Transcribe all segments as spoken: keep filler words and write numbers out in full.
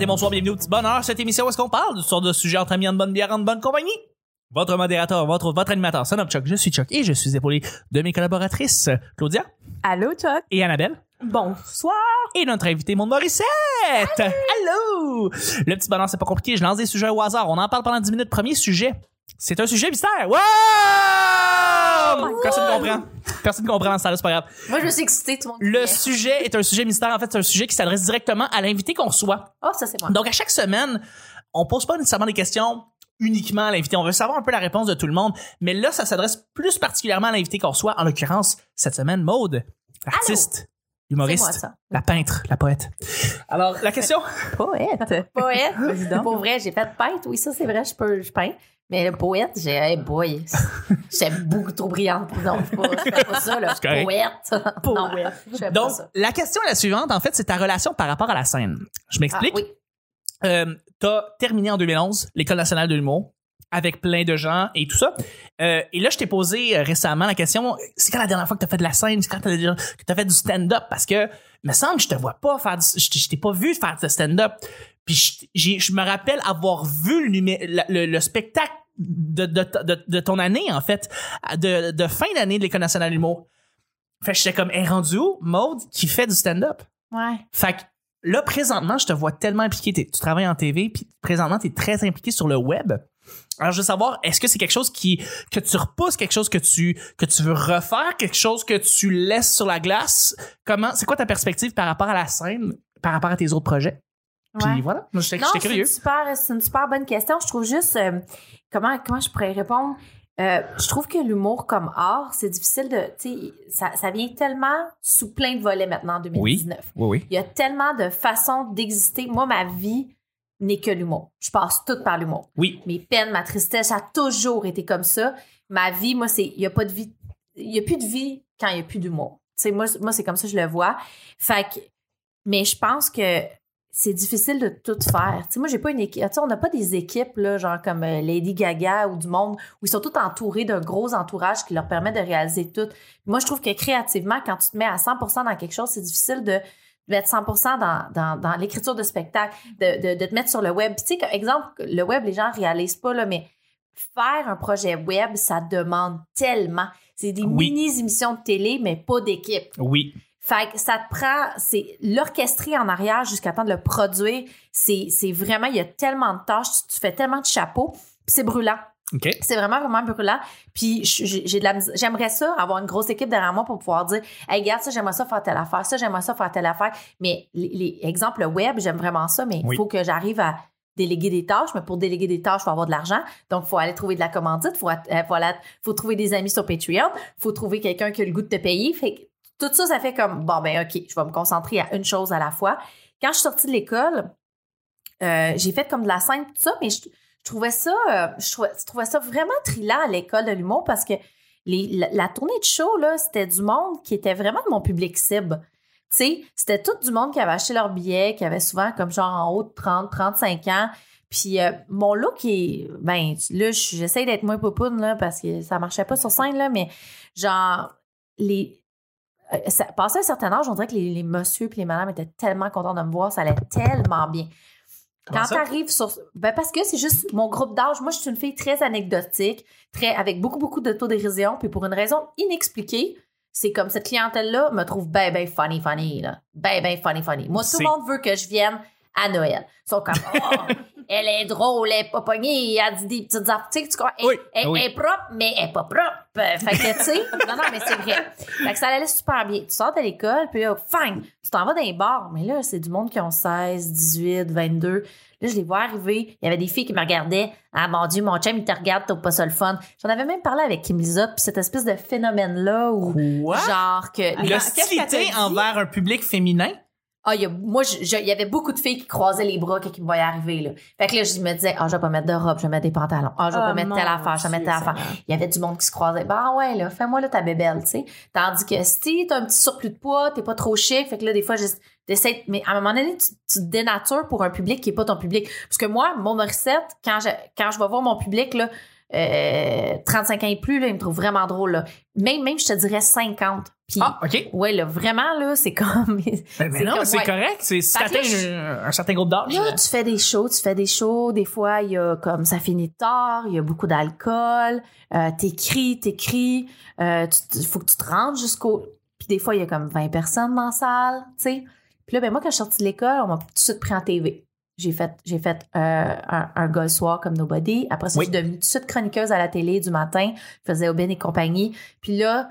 matin, bonsoir, bienvenue au Petit Bonheur. Cette émission où est-ce qu'on parle de sortes de sujets entre amis, en bonne bière, en bonne compagnie. Votre modérateur, votre, votre animateur, son nom Chuck, je suis Chuck et je suis épaulé de mes collaboratrices Claudia. Allô, Chuck. Et Annabelle. Bonsoir. Et notre invité, Maud Morissette. Allô. Allô. Le Petit Bonheur, c'est pas compliqué. Je lance des sujets au hasard. On en parle pendant dix minutes. Premier sujet. C'est un sujet mystère. Wow! Personne ne comprend. Personne ne comprend dans ce temps-là, c'est pas grave. Moi, je me suis excitée, tout le monde. Le sujet est un sujet mystère. En fait, c'est un sujet qui s'adresse directement à l'invité qu'on reçoit. Oh, ça, c'est moi. Donc, à chaque semaine, on pose pas nécessairement des questions uniquement à l'invité. On veut savoir un peu la réponse de tout le monde. Mais là, ça s'adresse plus particulièrement à l'invité qu'on reçoit. En l'occurrence, cette semaine, Maude, l'artiste, l'humoriste, C'est moi, ça. la peintre, la poète. Alors, la question... Poète. Poète. Vas-y donc. Pour vrai, j'ai fait peintre. Oui, ça, c'est vrai, je peux, je peins. Mais le poète, j'ai, hey boy, j'étais beaucoup trop brillante. Non, je fais pas, je fais pas ça, là. C'est correct. Poète. Non, je fais Donc, pas ça. la question est la suivante. En fait, c'est ta relation par rapport à la scène. Je m'explique. Ah, oui. Euh, t'as terminé en deux mille onze l'École nationale de l'humour avec plein de gens et tout ça. Euh, et là, je t'ai posé euh, récemment la question, c'est quand la dernière fois que t'as fait de la scène? C'est quand t'as, que t'as fait du stand-up? Parce que, il me semble que je te vois pas faire du, je, je t'ai pas vu faire de stand-up. Puis je, j'ai, je me rappelle avoir vu le, numé, le, le, le spectacle de, de, de, de ton année, en fait, de, de fin d'année de l'École nationale de l'humour. Fait que j'étais comme, hey, rendu où? Maude qui fait du stand-up. Ouais. Fait que là, présentement, je te vois tellement impliqué. T'es, tu travailles en T V, puis présentement, t'es très impliqué sur le web. Alors, je veux savoir, est-ce que c'est quelque chose qui que tu repousses, quelque chose que tu que tu veux refaire, quelque chose que tu laisses sur la glace? Comment, c'est quoi ta perspective par rapport à la scène, par rapport à tes autres projets? Puis Ouais. voilà, moi, j'étais, Non, j'étais c'est curieux. une super, c'est une super bonne question. Je trouve juste, euh, comment, comment je pourrais répondre? Euh, je trouve que l'humour comme art, c'est difficile de, tu sais, ça, ça vient tellement sous plein de volets maintenant en deux mille dix-neuf. Oui, oui. Il y a tellement de façons d'exister. Moi, ma vie n'est que l'humour. Je passe tout par l'humour. Oui. Mes peines, ma tristesse, ça a toujours été comme ça. Ma vie, moi, c'est, il y a pas de vie, il y a plus de vie quand il y a plus d'humour. Tu sais, moi, moi, c'est comme ça que je le vois. Fait que, mais je pense que c'est difficile de tout faire. Tu sais, moi, j'ai pas une équipe. Tu sais, on n'a pas des équipes, là, genre comme euh, Lady Gaga ou du monde, où ils sont tous entourés d'un gros entourage qui leur permet de réaliser tout. Moi, je trouve que créativement, quand tu te mets à cent pour cent dans quelque chose, c'est difficile de mettre cent pour cent dans, dans, dans l'écriture de spectacle, de, de, de te mettre sur le web. Puis, tu sais, comme exemple, le web, les gens réalisent pas, là, mais faire un projet web, ça demande tellement. C'est des Oui. mini-émissions de télé, mais pas d'équipe. Oui. Fait que ça te prend, c'est l'orchestrer en arrière jusqu'à temps de le produire. C'est, c'est vraiment, il y a tellement de tâches, tu, tu fais tellement de chapeaux, puis c'est brûlant. OK. C'est vraiment, vraiment brûlant. Puis j'ai, j'ai de la, j'aimerais ça, avoir une grosse équipe derrière moi pour pouvoir dire, hey, regarde, ça, j'aimerais ça faire telle affaire, ça, j'aimerais ça faire telle affaire. Mais les, les exemples, le web, j'aime vraiment ça, mais il Oui. faut que j'arrive à déléguer des tâches. Mais pour déléguer des tâches, il faut avoir de l'argent. Donc, il faut aller trouver de la commandite, il faut, euh, faut, aller- faut trouver des amis sur Patreon, il faut trouver quelqu'un qui a le goût de te payer. Fait que tout ça, ça fait comme, bon, ben OK, je vais me concentrer à une chose à la fois. Quand je suis sortie de l'école, euh, j'ai fait comme de la scène, tout ça, mais je, je trouvais ça, euh, je, trouvais, je trouvais ça vraiment trillant à l'école de l'humour parce que les, la, la tournée de show, là, c'était du monde qui était vraiment de mon public cible. Tu sais, c'était tout du monde qui avait acheté leur billet, qui avait souvent comme genre en haut de trente, trente-cinq ans. Puis euh, mon look est, ben là, j'essaie d'être moins popoune, là, parce que ça marchait pas sur scène, là, mais genre, les... Ça, passé un certain âge, on dirait que les, les messieurs et les madames étaient tellement contents de me voir, ça allait tellement bien. Comment Quand ça? t'arrives sur... Ben parce que c'est juste mon groupe d'âge. Moi, je suis une fille très anecdotique, très avec beaucoup, beaucoup d'autodérision. Puis pour une raison inexpliquée, c'est comme cette clientèle-là me trouve ben, ben funny, funny, là. Ben, ben funny, funny. Moi, tout C'est- le monde veut que je vienne à Noël. Ils sont comme, oh, elle est drôle, elle est pas pognée, elle dit des petites affaires. Tu sais, tu comprends? Elle, Oui, elle- oui. elle est propre, mais elle est pas propre. Fait que, tu sais, non, non, mais c'est vrai. Fait que ça allait super bien. Tu sors de l'école, puis là, fang, tu t'en vas dans les bars. Mais là, c'est du monde qui ont seize, dix-huit, vingt-deux. Là, je les vois arriver. Il y avait des filles qui me regardaient. Ah, mon Dieu, mon chum, il te regarde, t'as pas ça le fun. J'en avais même parlé avec Kim Lizotte, puis cette espèce de phénomène-là où, Quoi? genre, que... les- L'hostilité envers un public féminin? Ah, il y a, moi, je- je- il y avait beaucoup de filles qui croisaient les bras quand ils me voyaient arriver, là. Fait que là, je me disais, ah, je vais pas mettre de robe, je vais mettre des pantalons. Ah, je vais Oh, pas mettre mon telle affaire, je vais mettre telle Dieu, affaire. Il y avait du monde qui se croisait. Ben, ah ouais, là, fais-moi, là, ta bébelle, tu sais. Tandis que si t'as un petit surplus de poids, t'es pas trop chic, fait que là, des fois, juste, t'essaies, mais à un moment donné, tu, tu te dénatures pour un public qui est pas ton public. Parce que moi, mon Morissette, quand je, quand je vais voir mon public, là, euh, trente-cinq ans et plus, là, ils me trouvent vraiment drôle. Là. Même, même, je te dirais cinquante. Puis, Ah, OK. ouais, là, vraiment, là, c'est comme... Mais, mais non, comme, c'est ouais. correct. C'est, si Fait que t'atteins là, je- un, un certain groupe d'âge. Là, tu fais des shows, tu fais des shows. Des fois, il y a comme ça finit tard, il y a beaucoup d'alcool. Euh, t'écris, t'écris. Euh, il faut que tu te rendes jusqu'au... Puis des fois, il y a comme vingt personnes dans la salle, tu sais. Puis là, ben moi, quand je suis sortie de l'école, on m'a tout de suite pris en T V. J'ai fait, j'ai fait euh, un, un gars le soir comme Nobody. Après ça, Oui. je suis devenue tout de suite chroniqueuse à la télé du matin. Je faisais Aubin et compagnie. Puis là,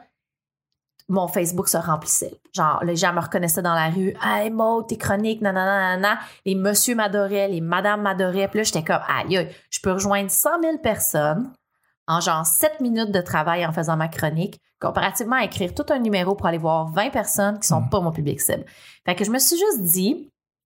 mon Facebook se remplissait. Genre, les gens me reconnaissaient dans la rue. « Hey, Maud, t'es chronique, nanana, nanana. » Les monsieur m'adoraient, les madame m'adoraient. Puis là, j'étais comme « Aïe, aïe, je peux rejoindre cent mille personnes en genre sept minutes de travail en faisant ma chronique, comparativement à écrire tout un numéro pour aller voir vingt personnes qui sont Mm. pas mon public cible. » Fait que je me suis juste dit...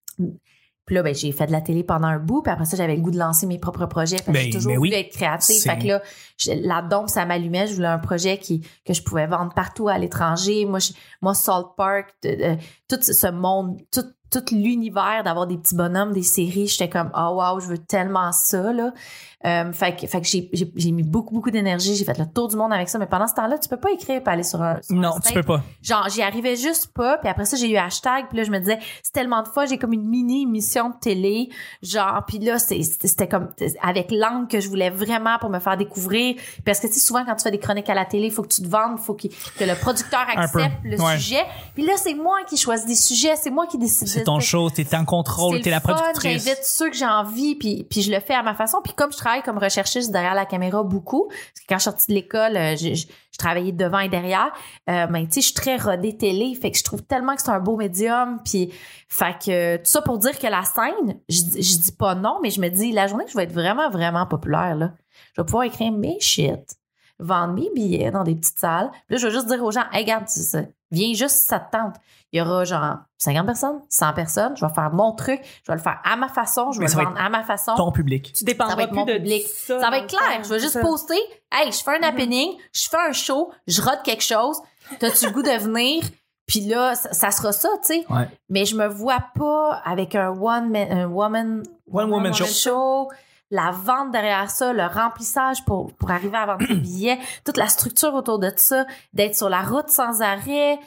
Puis là, ben, j'ai fait de la télé pendant un bout, puis après ça, j'avais le goût de lancer mes propres projets. Fait que Ben, j'ai toujours ben voulu oui. être créative. C'est- Fait que là, je- la dompe, ça m'allumait. Je voulais un projet qui, que je pouvais vendre partout à l'étranger. Moi, je, moi Salt Park, de, de- tout ce monde, tout, tout l'univers d'avoir des petits bonhommes, des séries, j'étais comme, oh wow, je veux tellement ça, là. Euh, fait que, fait que j'ai, j'ai, j'ai mis beaucoup, beaucoup d'énergie. J'ai fait le tour du monde avec ça. Mais pendant ce temps-là, tu peux pas écrire et aller sur un, sur un Non, site. tu peux pas. Genre, j'y arrivais juste pas. Puis après ça, j'ai eu hashtag. Puis là, je me disais, c'est tellement de fois, j'ai comme une mini émission de télé. Genre, puis là, c'est- c'était comme avec l'angle que je voulais vraiment pour me faire découvrir. Parce que, tu sais, souvent, quand tu fais des chroniques à la télé, il faut que tu te vendes, il faut qu'il- que le producteur Un peu. accepte le Ouais. sujet. Puis là, c'est moi qui choisis des sujets. C'est moi qui décide. C'est ton show, t'es en contrôle, C'est t'es le la fun, productrice. J'invite ceux que j'ai envie, puis, puis je le fais à ma façon. Puis comme je travaille comme recherchiste derrière la caméra beaucoup, parce que quand je suis sortie de l'école, euh, je, je, je travaillais devant et derrière, euh, mais tu sais, je suis très rodée télé, fait que je trouve tellement que c'est un beau médium. Puis, fait que tout ça pour dire que la scène, je, dis- je dis pas non, mais je me dis, la journée que je vais être vraiment, vraiment populaire, là, je vais pouvoir écrire mes shit, vendre mes billets dans des petites salles. Puis là, je vais juste dire aux gens, hey, regarde, c'est ça. Viens juste si ça te tente. Il y aura genre cinquante personnes, cent personnes. Je vais faire mon truc. Je vais le faire à ma façon. Je vais Mais ça le va vendre à ma façon. Ton public. Tu dépendras Ça va être plus mon de public. ça. Ça va dans être le clair. fond. Je vais juste C'est ça. poster. Hey, je fais un happening. Je fais un show. Je rate quelque chose. T'as-tu le goût de venir? Puis là, ça, ça sera ça, tu sais. Ouais. Mais je me vois pas avec un one man, un woman, One woman show. show. La vente derrière ça, le remplissage pour, pour arriver à vendre des billets, toute la structure autour de ça, d'être sur la route sans arrêt.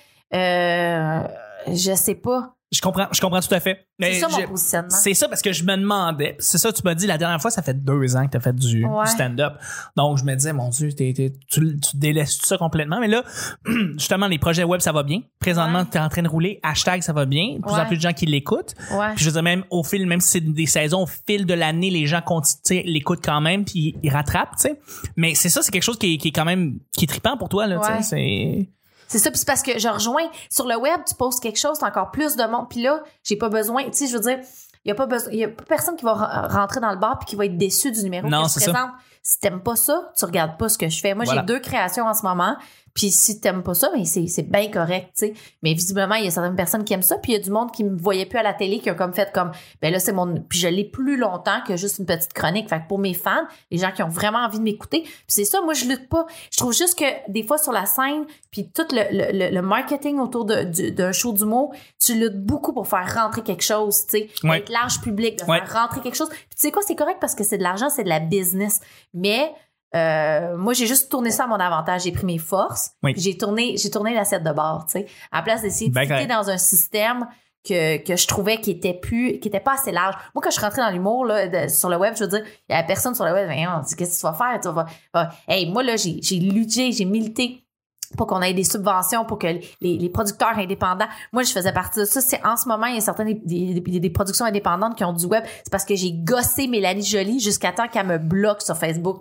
Euh, je sais pas. Je comprends, je comprends tout à fait. C'est Mais ça mon je- positionnement. C'est ça parce que je me demandais, c'est ça tu m'as dit la dernière fois, ça fait deux ans que t'as fait du, Ouais. du stand-up. Donc je me disais, mon Dieu, t'es, t'es- tu, tu délaisses tout ça complètement. Mais là, justement, les projets web, ça va bien. Présentement, Ouais. t'es en train de rouler. Hashtag, ça va bien. De plus Ouais. en plus de gens qui l'écoutent. Ouais. Puis je veux dire, même au fil, même si c'est des saisons, au fil de l'année, les gens continuent, tu sais, l'écoutent quand même, puis ils rattrapent, tu sais. Mais c'est ça, c'est quelque chose qui est, qui est quand même, qui est trippant pour toi, là, Ouais. tu sais. C'est... C'est ça, puis c'est parce que je rejoins sur le web, tu postes quelque chose, t'as encore plus de monde. Puis là, j'ai pas besoin, tu sais, je veux dire, il y a pas besoin, il y a pas personne qui va re- rentrer dans le bar puis qui va être déçu du numéro Non, que je c'est ça. présente. Si t'aimes pas ça, tu regardes pas ce que je fais. Moi, Voilà. j'ai deux créations en ce moment. Puis si t'aimes pas ça, ben c'est c'est bien correct, tu sais. Mais visiblement, il y a certaines personnes qui aiment ça, puis il y a du monde qui me voyait plus à la télé qui ont comme fait comme ben là c'est mon puis je l'ai plus longtemps que juste une petite chronique. Fait que pour mes fans, les gens qui ont vraiment envie de m'écouter, puis c'est ça, moi je lutte pas. Je trouve juste que des fois sur la scène, puis tout le, le, le, le marketing autour de du- d'un show d'humour, tu luttes beaucoup pour faire rentrer quelque chose, tu sais, Ouais. être large public, de Ouais. faire rentrer quelque chose. Puis tu sais quoi, c'est correct parce que c'est de l'argent, c'est de la business. Mais euh, moi, j'ai juste tourné ça à mon avantage. J'ai pris mes forces. Oui. Puis j'ai tourné, j'ai tourné l'assiette de bord, tu sais. À la place d'essayer de Ben fitter correct. dans un système que, que je trouvais qui était plus, qui était pas assez large. Moi, quand je suis rentrée dans l'humour, là, de- sur le web, je veux dire, il y a personne sur le web, ben, on dit, qu'est-ce que tu vas faire? Tu vas faire- ah, hey, moi, là, j'ai, j'ai lutté, j'ai milité pour qu'on ait des subventions, pour que les, les producteurs indépendants... Moi, je faisais partie de ça. C'est en ce moment, il y a certaines des, des, des productions indépendantes qui ont du web. C'est parce que j'ai gossé Mélanie Joly jusqu'à temps qu'elle me bloque sur Facebook.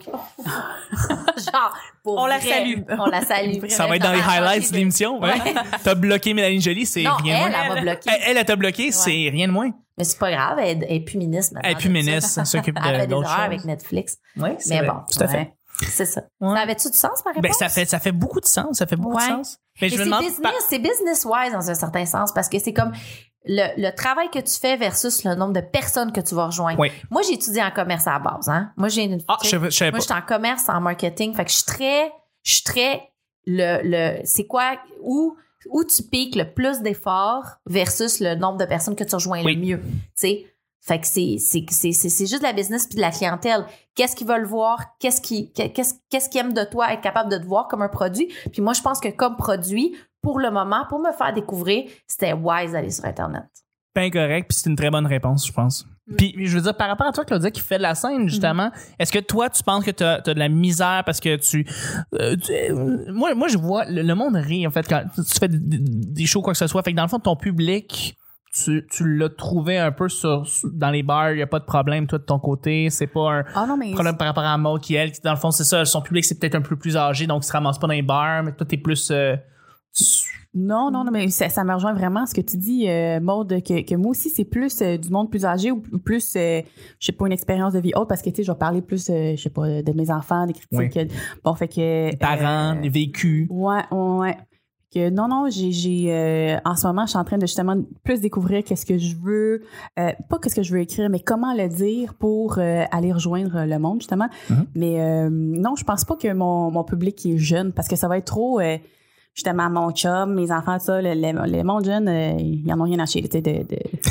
Genre, pour On la vrai, salue. On la salue. Ça va être dans les highlights de l'émission. Ouais. T'as bloqué Mélanie Joly, c'est Non, rien elle, de moins. elle m'a bloqué. Elle, elle, elle t'a bloqué, c'est rien de moins. Mais c'est pas grave, elle, elle est plus ministre maintenant. Elle est plus de ça. ministre, elle s'occupe de- Elle fait des d'autres erreurs choses. avec Netflix. Oui, Mais bon. Tout à fait. ouais. C'est ça. Ouais. Ça avait-tu du sens, ma réponse? Ben, ça fait, ça fait beaucoup de sens. Ça fait beaucoup Ouais. de sens. Mais Mais je me c'est demande. business, c'est business-wise dans un certain sens parce que c'est comme le, le travail que tu fais versus le nombre de personnes que tu vas rejoindre. Oui. Moi, j'ai étudié en commerce à la base, hein. Moi, j'ai une. Ah, je savais- je savais Moi, pas. j'étais en commerce, en marketing. Fait que je suis très, je suis très le, le, c'est quoi, où, où tu piques le plus d'efforts versus le nombre de personnes que tu rejoins Oui. le mieux. Tu sais. Fait que c'est, c'est, c'est, c'est, c'est juste de la business puis de la clientèle. Qu'est-ce qu'ils veulent voir? Qu'est-ce qu'ils, qu'est-ce, qu'est-ce qu'ils aiment de toi, être capable de te voir comme un produit? Puis moi, je pense que comme produit, pour le moment, pour me faire découvrir, c'était wise d'aller sur Internet. Ben correct, puis c'est une très bonne réponse, je pense. Mm. Puis, je veux dire, par rapport à toi, Claudia, qui fait de la scène, justement, mm. est-ce que toi, tu penses que tu as de la misère parce que tu... Euh, tu euh, moi, moi, je vois... Le, le monde rit, en fait, quand tu fais des, des shows, quoi que ce soit. Fait que dans le fond, ton public... Tu, tu l'as trouvé un peu sur, dans les bars, il n'y a pas de problème, toi, de ton côté. C'est pas un oh non, mais problème par rapport à Maud qui, elle, qui, dans le fond, c'est ça, son public, c'est peut-être un peu plus âgé, donc il se ramasse pas dans les bars, mais toi, t'es plus... Euh, tu... Non, non, non, mais ça, ça me rejoint vraiment ce que tu dis, euh, Maud, que, que moi aussi, c'est plus euh, du monde plus âgé ou plus, euh, je sais pas, une expérience de vie haute, parce que, tu sais, je vais parler plus, euh, je sais pas, de mes enfants, des critiques. Oui. Bon, fait que... Les parents, euh, les vécus. Ouais, ouais. Que non, non, j'ai, j'ai euh, en ce moment, je suis en train de justement plus découvrir qu'est-ce que je veux, euh, pas qu'est-ce que je veux écrire, mais comment le dire pour euh, aller rejoindre le monde, justement. Mm-hmm. Mais euh, non, je pense pas que mon, mon public est jeune, parce que ça va être trop, euh, justement, mon chum, mes enfants, tout ça, le, le, le monde jeune, euh, ils en ont rien à chier, tu sais, de,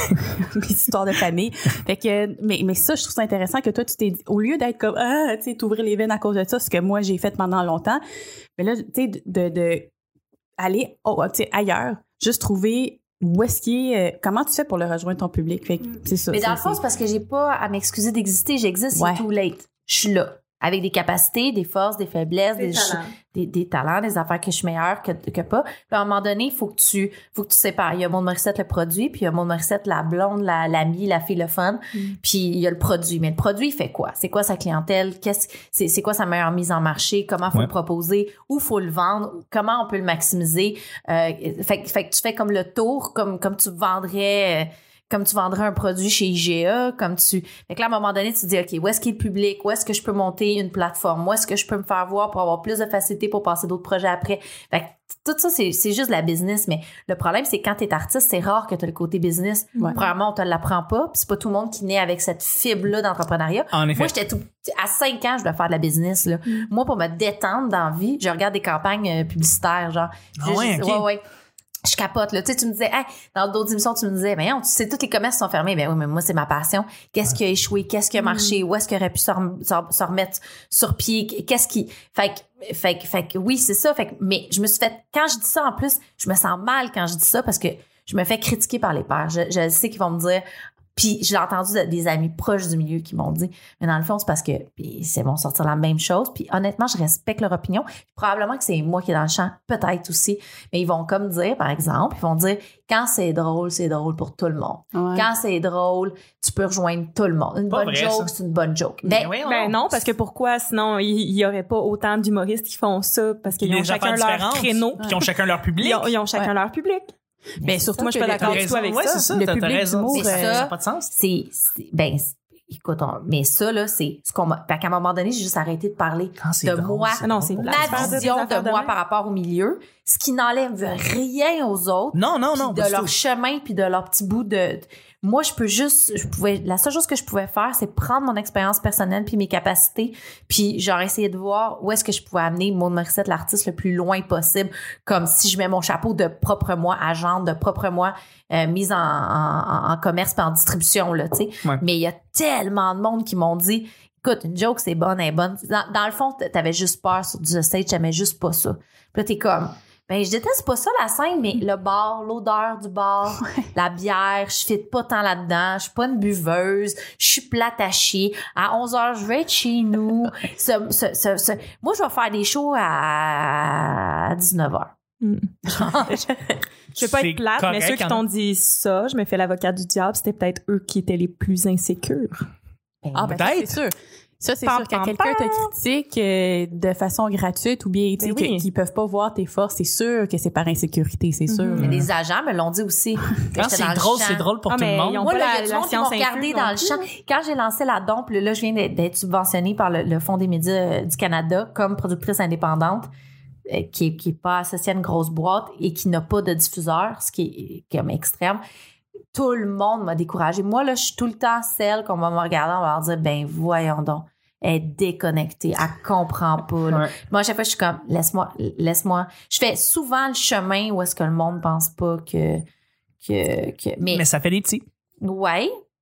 de mes histoires de famille. Fait que, mais, mais ça, je trouve ça intéressant que toi, tu t'es dit, au lieu d'être comme, ah, tu sais, t'ouvrir les veines à cause de ça, ce que moi, j'ai fait pendant longtemps, mais là, tu sais, de, de aller oh, ailleurs, juste trouver où est-ce qu'il est, euh, comment tu fais pour le rejoindre ton public. Fait que c'est ça. Mais dans c'est, le fond, c'est parce que j'ai pas à m'excuser d'exister, j'existe, ouais. c'est too late. Je suis là, avec des capacités, des forces, des faiblesses, des, des, talents. des, des talents, des affaires que je suis meilleure que, que pas. Puis à un moment donné, il faut que tu faut que tu sépares. Il y a Maud Morissette, le produit, puis il y a Maud Morissette, la blonde, la, l'amie, la fille, le fun. Mm. Puis il y a le produit. Mais le produit, il fait quoi? C'est quoi sa clientèle? Qu'est-ce, c'est, c'est quoi sa meilleure mise en marché? Comment faut ouais. le proposer? Où faut le vendre? Comment on peut le maximiser? Euh, fait, fait que tu fais comme le tour, comme, comme tu vendrais... Euh, comme tu vendrais un produit chez I G A, comme tu... Fait que là, à un moment donné, tu te dis, OK, où est-ce qu'il est le public? Où est-ce que je peux monter une plateforme? Où est-ce que je peux me faire voir pour avoir plus de facilité pour passer d'autres projets après? Fait que tout ça, c'est, c'est juste la business. Mais le problème, c'est que quand t'es artiste, c'est rare que t'as le côté business. Ouais. Premièrement, on te l'apprend pas. Puis c'est pas tout le monde qui naît avec cette fibre-là d'entrepreneuriat. En effet. Moi, j'étais tout... À cinq ans, je voulais faire de la business, là. Mm. Moi, pour me détendre dans la vie, je regarde des campagnes publicitaires, genre... Ah ouais, juste, okay. ouais, ouais. Je capote, là. Tu sais, tu me disais, hey, dans d'autres émissions, tu me disais, mais tu sais, tous les commerces sont fermés. Ben oui, mais moi, c'est ma passion. Qu'est-ce qui a échoué? Qu'est-ce qui a marché? Où est-ce qu'il aurait pu se, rem- se remettre sur pied? Qu'est-ce qui, fait que, fait que, fait que, oui, c'est ça. Fait que, mais je me suis fait, quand je dis ça, en plus, je me sens mal quand je dis ça parce que je me fais critiquer par les pairs. Je, je sais qu'ils vont me dire, puis je l'ai entendu des amis proches du milieu qui m'ont dit, mais dans le fond, c'est parce que puis c'est bon sortir la même chose. Puis honnêtement, je respecte leur opinion. Probablement que c'est moi qui est dans le champ, peut-être aussi. Mais ils vont comme dire, par exemple, ils vont dire, quand c'est drôle, c'est drôle pour tout le monde. Ouais. Quand c'est drôle, tu peux rejoindre tout le monde. Une pas bonne vrai, joke, ça. c'est une bonne joke. Ben, ben, ben non, parce que pourquoi sinon il y, y aurait pas autant d'humoristes qui font ça parce qu'ils ont chacun leur créneau, puis ils ont chacun leur public. Ils ont, ils ont chacun ouais. leur public. Mais ben, surtout, moi, je suis pas d'accord avec toi avec ouais, ça. C'est ça. Le t'as, public t'as raison. d'humour, mais euh, ça, n'a pas de sens. C'est, c'est ben, c'est, écoute, on, mais ça, là, c'est ce qu'on m'a, fait qu'à un moment donné, j'ai juste arrêté de parler de drôle, moi, non, c'est ma vision de, de moi par rapport au milieu, ce qui n'enlève rien aux autres. Non, non, non. De leur tout. chemin puis de leur petit bout de, de moi, je peux juste, je pouvais, la seule chose que je pouvais faire, c'est prendre mon expérience personnelle puis mes capacités, puis genre essayer de voir où est-ce que je pouvais amener Maud Morissette, l'artiste, le plus loin possible, comme si je mets mon chapeau de propre moi agente, de propre moi euh, mise en, en, en commerce puis en distribution, là, tu sais. Ouais. Mais il y a tellement de monde qui m'ont dit, écoute, une joke, c'est bonne, elle est bonne. Dans, dans le fond, t'avais juste peur sur du stage, t'aimais juste pas ça. Puis là, t'es comme... Ben, je déteste pas ça, la scène, mais le bar, l'odeur du bar, ouais. la bière, je fit pas tant là-dedans, je suis pas une buveuse, je suis plate à chier. À onze heures, je vais être chez nous. ce, ce, ce, ce... Moi, je vais faire des shows à dix-neuf heures. Mm. Je vais pas être plate, mais ceux qui t'ont dit ça, je me fais l'avocat du diable, c'était peut-être eux qui étaient les plus insécures. Ben, ah, ben, peut-être. c'est sûr. Ça, c'est Pam, sûr. Quand pam, quelqu'un pam. te critique euh, de façon gratuite ou bien, tu sais, Ben oui. qu'ils peuvent pas voir tes forces, c'est sûr que c'est par insécurité, c'est sûr. Mais les agents me l'ont dit aussi. Quand c'est drôle, c'est drôle pour ah, tout le monde. Ils ont Moi, pas là, la, il y a du la monde qui m'ont science regardé infuse dans non le champ. Quand j'ai lancé la dompe, là, je viens d'être, d'être subventionnée par le, le Fonds des médias du Canada comme productrice indépendante, euh, qui est, qui est pas associée à une grosse boîte et qui n'a pas de diffuseur, ce qui est comme extrême. Tout le monde m'a découragée. Moi, là, je suis tout le temps celle qu'on va me regarder, on va leur dire, ben, voyons donc. Elle est déconnectée, elle comprend pas. Là. Ouais. Moi, à chaque fois, je suis comme, laisse-moi, laisse-moi. Je fais souvent le chemin où est-ce que le monde pense pas que, que, que, mais. Mais ça fait des petits. Ouais.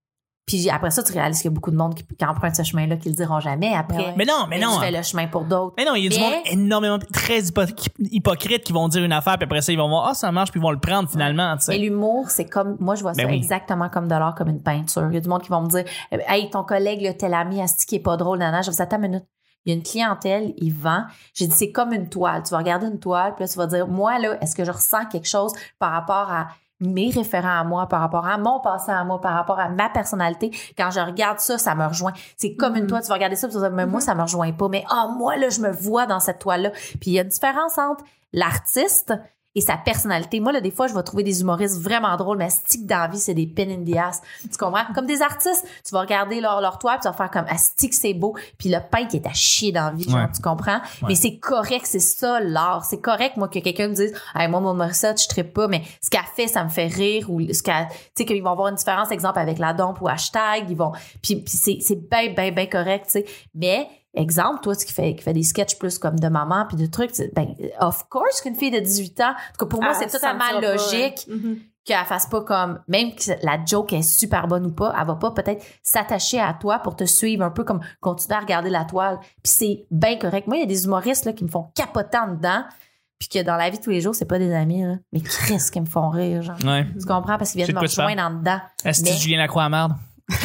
Puis après ça, tu réalises qu'il y a beaucoup de monde qui, qui emprunte ce chemin-là qui le diront jamais après. Ouais. Mais non, mais non. Tu fais le chemin pour d'autres. Mais non, il y a du mais... monde énormément très hypo- hypocrite qui vont dire une affaire puis après ça ils vont voir ah ça marche puis ils vont le prendre finalement, tu sais. Mais l'humour, c'est comme moi je vois ça ben oui. exactement comme de l'art, comme une peinture. Il y a du monde qui vont me dire hey, ton collègue le tel ami asti qui est pas drôle, nana, je vais attends une minute. Il y a une clientèle, il vend. J'ai dit c'est comme une toile. Tu vas regarder une toile, puis là tu vas dire moi là, est-ce que je ressens quelque chose par rapport à mes référents à moi, par rapport à mon passé à moi, par rapport à ma personnalité. Quand je regarde ça, ça me rejoint. C'est comme mm-hmm. une toile, tu vas regarder ça, tu vas dire, mais mm-hmm. moi, ça me rejoint pas. Mais ah, oh, moi, là, je me vois dans cette toile-là. Puis il y a une différence entre l'artiste et sa personnalité. Moi, là, des fois, je vais trouver des humoristes vraiment drôles, mais stick d'envie, c'est des pain in the ass. Tu comprends? Comme des artistes, tu vas regarder leur, leur toile, puis tu vas faire comme, ah, stick, c'est beau. Puis le peintre, il est à chier d'envie, genre, ouais. tu comprends? Ouais. Mais c'est correct, c'est ça, l'art. C'est correct, moi, que quelqu'un me dise, hey, moi, mon Morissette, je trippe pas, mais ce qu'elle fait, ça me fait rire, ou ce qu'elle, tu sais, qu'ils vont avoir une différence, exemple, avec la dompe ou hashtag, ils vont, puis, puis c'est, c'est bien, bien, bien correct, tu sais. Mais, exemple, toi, qui fait, qui fait des sketchs plus comme de maman puis de trucs, ben, of course qu'une fille de dix-huit ans, en tout cas, pour moi, ah, c'est totalement logique pas, ouais. qu'elle fasse pas comme, même que la joke est super bonne ou pas, elle va pas peut-être s'attacher à toi pour te suivre un peu comme continuer à regarder la toile. Puis c'est bien correct. Moi, il y a des humoristes, là, qui me font capoter en dedans. Puis que dans la vie de tous les jours, c'est pas des amis, là. Mais Chris qui me font rire, genre. Ouais. Tu comprends? Parce qu'ils viennent me rejoindre en dedans. Est-ce que mais... Julien Lacroix à merde?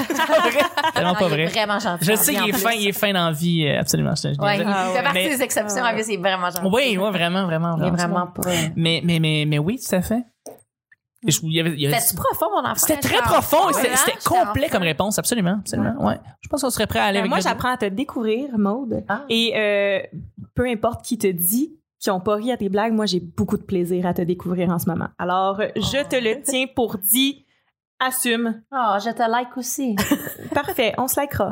C'est non, pas vrai. Vraiment gentil. Je sais qu'il est fin, il est fin dans la vie, absolument. Je ouais, il ah, fait ouais. partie mais... des exceptions, en plus, il est vraiment gentil. Oui, oui, vraiment, vraiment. Il est vraiment pas. Mais, mais, mais, mais oui, tout à fait. Et je, il y avait, il y avait... C'était profond, mon enfant. C'était très profond, c'était, c'était complet comme réponse, absolument, absolument. Ouais. ouais. Je pense qu'on serait prêt à aller ben avec. Moi, j'apprends à te découvrir, Maude. Ah. Et euh, peu importe qui te dit qui ont pas ri à tes blagues, moi, j'ai beaucoup de plaisir à te découvrir en ce moment. Alors, oh. je te le tiens pour dit. Assume. Oh, je te like aussi. Parfait, on se likera.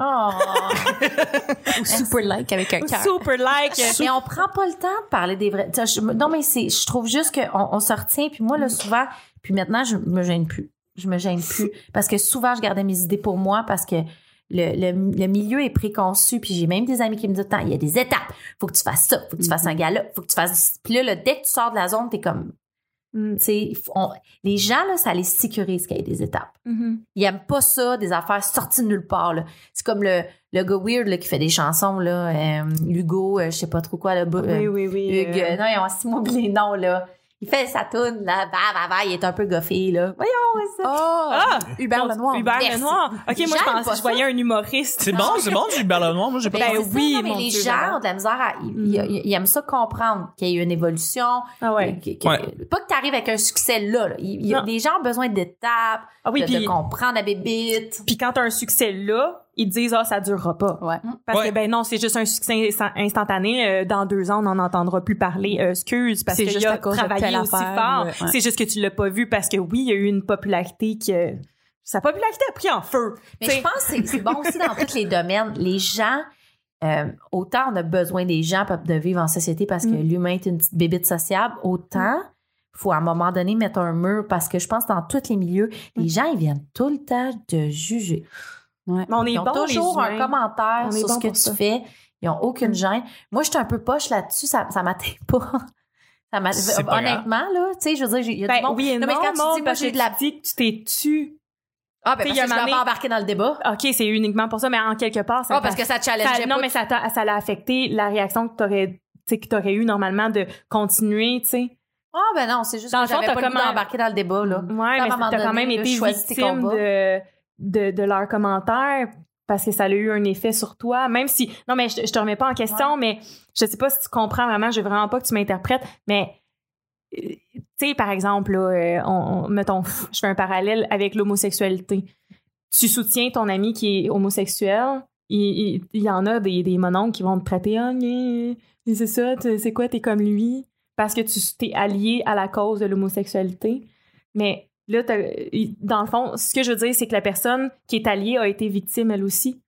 Oh. Ou super like avec un cœur. Super like. Mais on prend pas le temps de parler des vrais. Je, non, mais c'est, je trouve juste qu'on on se retient. Puis moi, là, souvent, puis maintenant, je me gêne plus. Je me gêne plus. Parce que souvent, je gardais mes idées pour moi parce que le, le, le milieu est préconçu. Puis j'ai même des amis qui me disent, attends, il y a des étapes. Faut que tu fasses ça. Faut que tu fasses un gala. Faut que tu fasses. Puis là, là, dès que tu sors de la zone, t'es comme. Mm. On, les gens, là, ça les sécurise qu'il y ait des étapes. Mm-hmm. Ils aiment pas ça, des affaires sorties de nulle part. Là. C'est comme le, le gars weird là, qui fait des chansons, là, euh, Hugo, euh, je sais pas trop quoi. Là, oui, euh, oui, oui. Hugo, euh... non, ils ont aussi oublié les noms, là. Il fait sa toune, là, bah, bah, bah, il est un peu goffé, là. Voyons, ça. Oh, ah, Hubert Lenoir. Hubert Merci. Lenoir. OK, moi, je pensais, je voyais un humoriste. C'est bon, c'est bon, du Hubert Lenoir. Moi, j'ai pas. Ben oui, ça, non, mais les Dieu, gens ont de la misère à, ils, mm. ils, ils aiment ça comprendre qu'il y a eu une évolution. Ah ouais. Que, que, ouais. Pas que t'arrives avec un succès là, là. Il, il, les gens ont besoin d'étapes, ah oui, de, pis, de comprendre la bébite. Puis quand t'as un succès là, ils disent ah ça durera pas. Ouais. Parce ouais. que ben non, c'est juste un succès instantané. Euh, dans deux ans, on n'en entendra plus parler. Euh, excuse parce que il a travaillé aussi fort. Ouais. C'est juste que tu l'as pas vu parce que oui, il y a eu une popularité qui euh, sa popularité a pris en feu. Mais t'sais. Je pense que c'est, c'est bon aussi dans tous les domaines. Les gens, euh, autant on a besoin des gens de vivre en société parce que mm. l'humain est une petite bébite sociable, autant faut à un moment donné mettre un mur parce que je pense que dans tous les milieux, mm. les gens ils viennent tout le temps te juger. Ouais. Mais on est ils ont bon, toujours un commentaire on sur bon ce que tu ça. fais. Ils n'ont aucune gêne. Moi, je suis un peu poche là-dessus. Ça ne m'atteint pas. Ça m'atteint pas. Honnêtement, là, tu sais, je veux dire, il y a ben, du monde. Oui et non, non, mais quand non, tu dis, moi, j'ai de la... dit que tu t'es tu. Ah, ben, parce que je ne vais pas embarquer dans le débat. OK, c'est uniquement pour ça, mais en quelque part, ça. Ah, parce que ça challengeait pas. Non, mais ça t'a, ça l'a affecté la réaction que t'aurais, tu sais, que t'aurais eu normalement de continuer, tu sais. Ah, ben non, c'est juste dans que j'avais pas le goût d'embarquer dans le débat, là. Ouais, mais t'as quand même été victime de, de, de leurs commentaires. Parce que ça a eu un effet sur toi, même si... Non, mais je, je te remets pas en question, ouais. mais je sais pas si tu comprends vraiment, je veux vraiment pas que tu m'interprètes, mais, euh, tu sais, par exemple, là, euh, on, on, mettons, je fais un parallèle avec l'homosexualité. Tu soutiens ton ami qui est homosexuel, il, il, il y en a des, des mononcles qui vont te traiter « Ah, oh, c'est ça, c'est quoi, t'es comme lui? » Parce que tu t'es allié à la cause de l'homosexualité. Mais... Là, dans le fond, ce que je veux dire, c'est que la personne qui est alliée a été victime, elle aussi,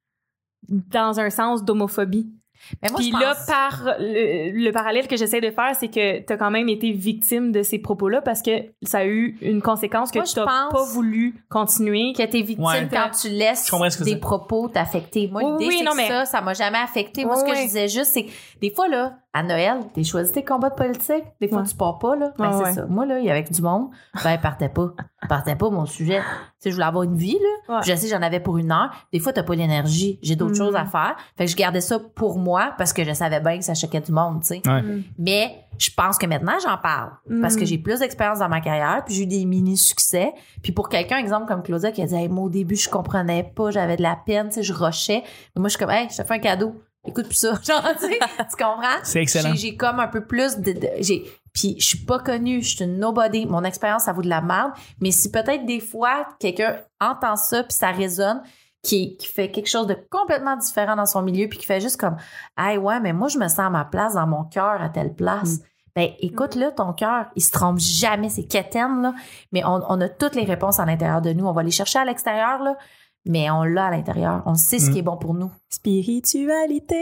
dans un sens d'homophobie. Puis là, pense... par le, le parallèle que j'essaie de faire, c'est que tu as quand même été victime de ces propos-là parce que ça a eu une conséquence que tu n'as pas voulu continuer. Que tu es victime ouais. quand tu laisses des propos t'affecter. Moi, l'idée, oui, c'est non, que mais... ça, ça m'a jamais affecté. Moi, oui, ce que oui. je disais juste, c'est que des fois, là, à Noël, t'as choisi tes combats de politique. Des fois, ouais. tu pars pas, là. Ben, ouais, c'est ouais. ça. Moi, là, il y avait du monde. Ben, partait pas. Partait pas, mon sujet. sais, je voulais avoir une vie, là. Ouais. Je sais, j'en avais pour une heure. Des fois, t'as pas l'énergie. J'ai d'autres Mm. choses à faire. Fait que je gardais ça pour moi parce que je savais bien que ça choquait du monde, tu sais. Ouais. Mm. Mais je pense que maintenant, j'en parle. Mm. Parce que j'ai plus d'expérience dans ma carrière, puis j'ai eu des mini-succès. Puis pour quelqu'un, exemple, comme Claudia, qui a dit, hey, moi, au début, je comprenais pas, j'avais de la peine, tu sais, je rushais. Mais moi, je suis comme, hey, je te fais un cadeau. Écoute plus ça. Genre, tu sais, tu comprends? C'est excellent. J'ai, j'ai comme un peu plus de, de- j'ai, puis je suis pas connue, je suis une nobody. Mon expérience, ça vaut de la merde. Mais si peut-être des fois, quelqu'un entend ça puis ça résonne, qui, qui fait quelque chose de complètement différent dans son milieu puis qui fait juste comme, hey, ouais, mais moi, je me sens à ma place dans mon cœur à telle place. Mm. Ben, écoute-le, ton cœur, il se trompe jamais, c'est quétaine, là. Mais on, on a toutes les réponses à l'intérieur de nous. On va les chercher à l'extérieur, là. Mais on l'a à l'intérieur. On sait ce Mm. qui est bon pour nous. Spiritualité.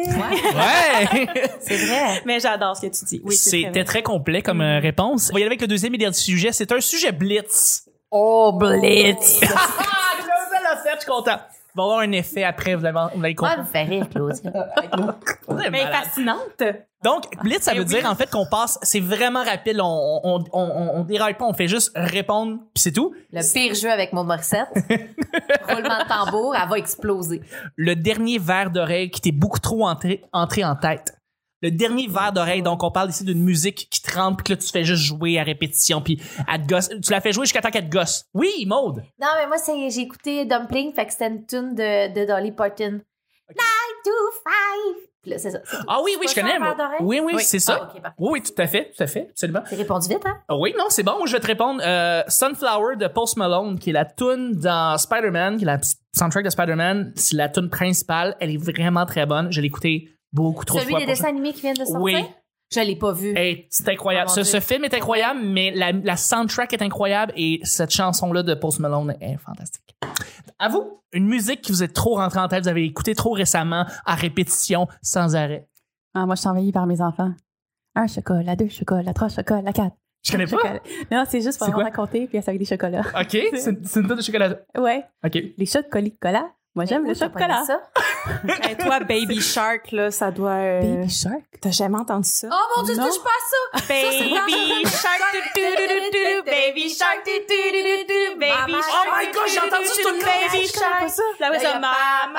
Ouais! C'est vrai. Mais j'adore ce que tu dis. Oui, c'est très C'était vrai. très complet comme euh, réponse. On va y aller avec le deuxième et dernier sujet. C'est un sujet blitz. Oh, Blitz! Ah, Claudia l'a fait, je suis content. Il va y avoir un effet après, vous allez, vous allez Moi, comprendre. elle me fait rire, Claudia. Vous êtes Mais malade. fascinante. Donc, blitz, ça Eh veut oui. dire en fait qu'on passe, c'est vraiment rapide, on, on, on, on, on déraille pas, on fait juste répondre, puis c'est tout. Le pire jeu avec Maud Morissette. Roulement de tambour, elle va exploser. Le dernier verre d'oreille qui t'est beaucoup trop entré, entré en tête. Le dernier verre d'oreille, donc on parle ici d'une musique qui te rentre, puis que là tu fais juste jouer à répétition, puis elle te gosse. Tu la fais jouer jusqu'à temps qu'elle te gosse. Oui, Maude! Non, mais moi, c'est, j'ai écouté Dumpling, fait que c'était une tune de, de Dolly Parton. Nine to five. Puis là, c'est ça. c'est tout. Ah oui, oui, je C'est pas connais. ça, un moi. verre d'oreille? Oui, oui, Oui. c'est ça. Ah, ok, parfait. Oui, oui, tout à fait, tout à fait, absolument. C'est répondu vite, hein? Ah oui, non, c'est bon, je vais te répondre. Euh, Sunflower de Post Malone, qui est la tune dans Spider-Man, qui est la soundtrack de Spider-Man, c'est la tune principale. Elle est vraiment très bonne. Je l'ai écoutée beaucoup trop de Celui fois. des pour dessins animés qui vient de sortir? Oui. Je l'ai pas vu. Hey, c'est incroyable. Oh, mon ce, Dieu. ce film est incroyable, mais la, la soundtrack est incroyable et cette chanson-là de Post Malone est fantastique. À vous, une musique qui vous est trop rentrée en tête, vous avez écouté trop récemment, à répétition, sans arrêt. Ah, moi, je suis envahie par mes enfants. Un chocolat, deux chocolats, trois chocolats, quatre. Je connais pas. Chocolat. Non, c'est juste pour C'est quoi? raconter, puis c'est avec des chocolats. OK, c'est c'est une tonne de chocolat. Ouais. OK. Les chocolis-colas. Moi, j'aime Mais le où t'as chocolat. pogné ça? Et toi, Baby Shark, là, ça doit. euh, Baby Shark. T'as jamais entendu ça? Oh mon Dieu, Non. touche pas à ça! Baby Shark, du, du, du, du, du, Baby Shark, du, du, du, du, du, Baby Mama Shark. Oh my God, j'ai entendu ce truc-là. Baby Shark. Là, ouais, ça,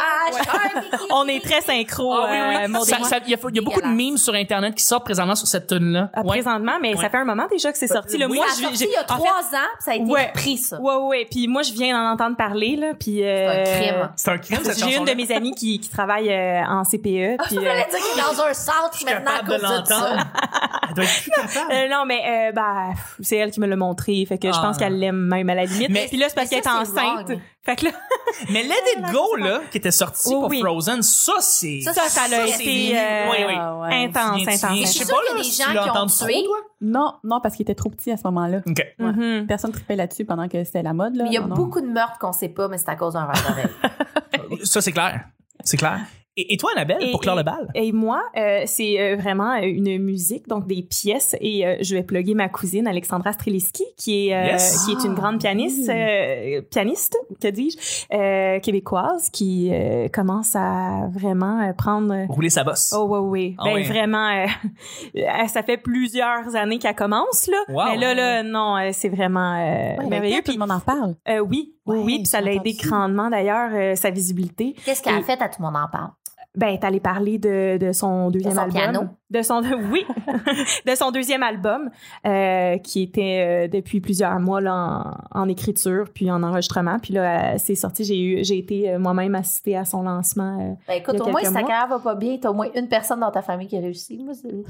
Mama. Ouais. On est très synchro. Ah oui, euh, oui. Maud et Ça- moi. ça- Il y, a- il y a beaucoup de Dégueulasse. memes sur Internet qui sortent présentement sur cette tune-là. Ah, Ouais. présentement, mais Ouais. ça fait un moment déjà que c'est sorti. Le Oui, moi, Ça a je sorti j'ai- il y a en fait, trois ans, puis ça a été Ouais. repris, ça. Ouais, ouais. Puis moi, je viens d'en entendre parler, là. Puis. C'est un crime. C'est un crime, cette J'ai une chanson-là. de mes amies qui, qui travaille euh, en C P E. Puis, Je euh, voulais dire qu'il est dans un centre maintenant à capable de cause de l'entendre. ça. Elle doit être plus capable. euh, non, mais euh, bah, pff, c'est elle qui me l'a montré. Fait que je Ah. pense qu'elle l'aime même à la limite. Mais- Puis là, c'est parce mais qu'elle est ça, c'est enceinte. wrong. Fait que là, Mais Let It Go, là, qui était sorti Oui, pour oui. Frozen, ça, c'est... Ça, ça, ça a c'est été vieux. euh, Oui, oui. Ah, ouais. intense, Viens-tu- intense. Je Je sais suis pas, sûre qu'il y a là, des si gens tu l'as qui ont entendu tué. trop, toi. Non, non, parce qu'il était trop petit à ce moment-là. OK. Ouais. Mhm. Personne trippait là-dessus pendant que c'était la mode. Là. Mais il y a Non, non. beaucoup de meurtres qu'on sait pas, mais c'est à cause d'un verre d'oreille. Ça, c'est clair. C'est clair. Et, et toi, Annabelle, Et- pour clore et- le bal? Et moi, euh, c'est euh, vraiment euh, une musique, donc des pièces. Et euh, je vais plugger ma cousine Alexandra Streliski, qui est euh, Yes. qui est une grande pianiste, euh, pianiste, que dis-je, euh, québécoise, qui euh, commence à vraiment euh, prendre. Rouler sa bosse. Oh oui, oui. Ah Ben ouais. vraiment, euh, euh, ça fait plusieurs années qu'elle commence là. Wow. Mais là, là, non, euh, c'est vraiment euh, Ouais, merveilleux. tout Puis le monde en parle. euh, oui, oui, Ouais, oui. Puis ça l'a j'ai aidé entendu. grandement d'ailleurs euh, sa visibilité. Qu'est-ce qu'elle a Et- fait à tout le monde en parle? Ben, t'es allé parler de, de son deuxième son album. piano. De son, oui, de son deuxième album, euh, qui était euh, depuis plusieurs mois là, en, en écriture puis en enregistrement. Puis là, euh, c'est sorti. J'ai eu, j'ai été euh, moi-même assistée à son lancement. euh. Ben écoute, Il y a au moins, quelques si ta mois. carrière va pas bien, t'as au moins une personne dans ta famille qui a réussi. Moi, c'est...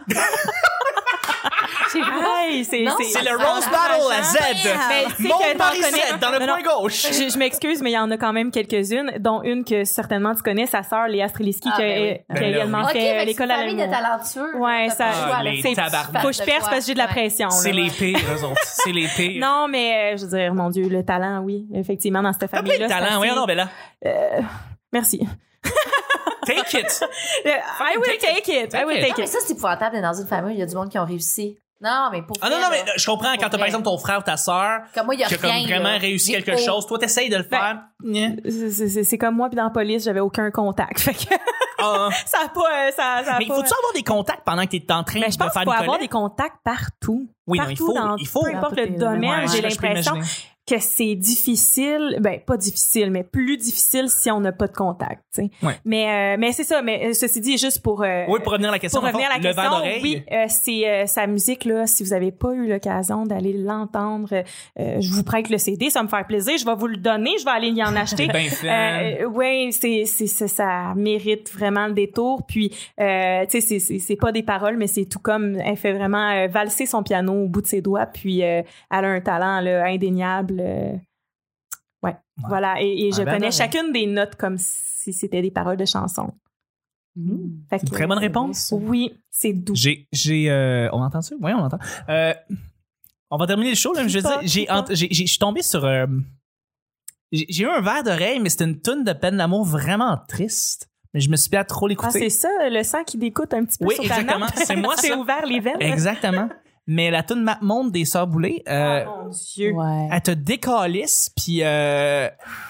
Hey, c'est, Non, C'est le Rose Battle à Z. Ben, tu sais Maud que t'en Morissette, connais- dans le Non, coin non. gauche. Je, je m'excuse, mais il y en a quand même quelques-unes, dont une que certainement tu connais, sa sœur Léa Streliski, Ah, qui a, ben oui. qui a Ben là, également oui. OK, fait fait euh, que l'école c'est à une famille de l'amour. talentueux. Ouais, T'as ça- pas le choix, Ah, là. les C'est- tabarnak. Faut que je perce parce que j'ai de la Ouais. pression. C'est là. les pires, eux autres. C'est les pires. Non, mais euh, je veux dire, mon Dieu, le talent, oui, effectivement, dans cette T'as famille-là. plein de c'est talent. assez- Oui, non, Bella. Euh, merci. Take it. Euh, I will take it. I will Take it. Non, take mais it. ça, c'est épouvantable d'être dans une famille. Il y a du monde qui ont réussi. Non, mais pour Ah non, vrai, non, mais là, je comprends quand t'as, par vrai. exemple, ton frère ou ta sœur Comme moi, il y a qui a comme rien, vraiment là. réussi J'ai quelque au- chose. Toi, t'essayes de le faire. Nya. C'est- C'est c'est comme moi, puis dans la police, j'avais aucun contact. Fait que Ah. ça a pas. euh, Ça, ça a Mais pas... faut-tu avoir des contacts pendant que t'es en train Mais de je pense faire qu'il faut des avoir collègues? des contacts partout. Oui, non, partout il faut- dans il faut. peu importe Dans le tous les domaine, domaines. j'ai Ouais, je peux l'impression imaginer. que c'est difficile, ben pas difficile, mais plus difficile si on n'a pas de contact, tu sais. Ouais. Mais euh, mais c'est ça, mais ceci dit juste pour euh, Oui, pour revenir à la question, pour revenir à la le question, verre d'oreille. oui, euh, c'est euh, sa musique là, si vous avez pas eu l'occasion d'aller l'entendre, euh, je vous prête le C D, ça va me faire plaisir, je vais vous le donner, je vais aller y en acheter. Ben fan. Euh, oui, c'est, c'est, c'est, ça mérite vraiment le détour. Puis, euh, tu sais, c'est, c'est, c'est pas des paroles, mais c'est tout comme elle fait vraiment euh, valser son piano au bout de ses doigts. Puis, euh, elle a un talent là, indéniable. Euh, ouais. ouais, voilà. Et, et je Ah, ben, connais ben, chacune des notes comme si c'était des paroles de chansons. Mmh. Fait que, Très bonne réponse. Oui, c'est doux. J'ai, j'ai, euh, on entend ça? Oui, on entend. Euh, on va terminer le show, là. Je veux dire, j'ai, ent- j'ai, j'ai, je suis tombé sur, euh, j'ai, j'ai eu un verre d'oreille, mais c'était une toune de peine d'amour vraiment triste. Mais je me suis mis à trop Ah, l'écouter. c'est ça, le sang qui découte un petit peu Oui, sur ta exactement. nappe. C'est moi, C'est ça. ouvert les veines. Exactement. Mais la toune Map Monde des Sœurs Boulay, euh, Oh mon Dieu. Ouais. elle te décalisse, puis euh,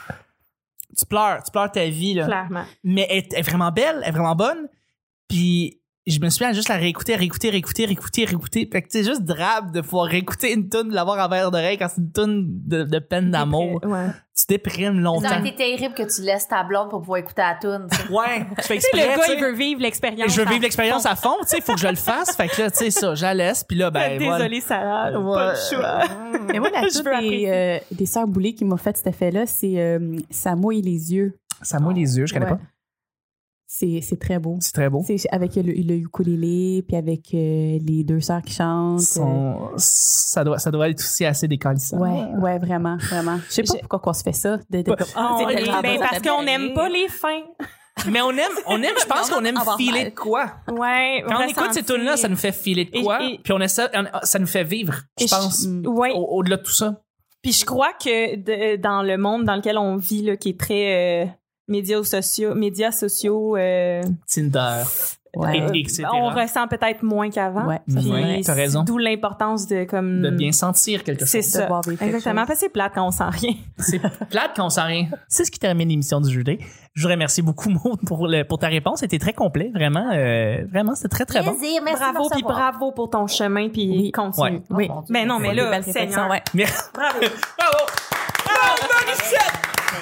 tu pleures, tu pleures ta vie, là. Clairement. Mais elle, elle est vraiment belle, elle est vraiment bonne. Puis je me suis mis à juste la réécouter, réécouter, réécouter, réécouter, réécouter. Fait que c'est juste drabe de pouvoir réécouter une toune, de l'avoir en verre d'oreille quand c'est une toune de, de peine d'amour. Ouais. Tu déprimes longtemps. Ça aurait été terrible que tu laisses ta blonde pour pouvoir écouter la toune. tu sais. Ouais, tu fais Tu sais, exprès, le gars, tu sais. il veut vivre l'expérience. Je veux à vivre l'expérience fond. à fond, tu sais, il faut que je le fasse. Fait que là, tu sais, ça, je la laisse, puis là, ben, voilà. Désolée, Sarah, Ouais. pas le choix. Mais moi, la Je toute veux apprécier. des, euh, des Sœurs Boulay qui m'a fait cet effet-là, c'est euh, Ça mouille les yeux. Ça mouille les yeux, je connais Ouais. pas. C'est, c'est très beau. C'est très beau. C'est avec le, le ukulélé, puis avec euh, les deux sœurs qui chantent. Son- ça, doit, ça doit être aussi assez décalissant. Ouais, ouais, vraiment, vraiment. Je sais pas Je- pourquoi on se fait ça. De, de- Ouais. Ah, c'est on est- tellement ben, beau. parce qu'on n'aime pas les fins. Mais on aime, on aime, je pense Mais on qu'on aime va avoir filer mal. de quoi. Ouais. Quand on écoute ces tunes-là, ça nous fait filer de Et- quoi. et- Puis on essaie, on- ça nous fait vivre, je Et je- pense. Mm. Ouais. Au- Au-delà de tout ça. Puis je crois que de- dans le monde dans lequel on vit, là, qui est très euh, médias sociaux, médias sociaux, euh, Tinder, Ouais. et, et cetera. on ressent peut-être moins qu'avant. Ouais, ça, Puis c'est vrai. T'as raison. D'où l'importance de comme De bien sentir quelque c'est chose. ça. voir vivre quelque Exactement. chose. Parce que c'est plate quand on sent rien. C'est plate qu'on sent rien. C'est ce qui termine l'émission du jeudi. Je vous remercie beaucoup, Maud, pour, le, pour ta réponse. C'était très complet. Vraiment, euh, vraiment, c'était très, très bon. Plaisir, merci Bravo, de me puis recevoir. bravo pour ton chemin, puis Oui. continue. Ouais. Oui. Oh, mon Dieu. Mais non, mais Des là, belles réflexions, Seigneur. ouais. Merci. Bravo. Bravo! Bravo, Morissette!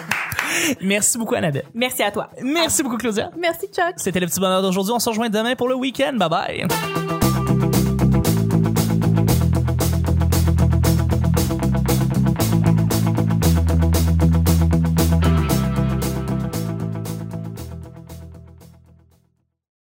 Merci beaucoup, Annabelle. Merci à toi. Merci beaucoup, Claudia. Merci, Chuck. C'était le petit bonheur d'aujourd'hui. On se rejoint demain pour le week-end. Bye bye.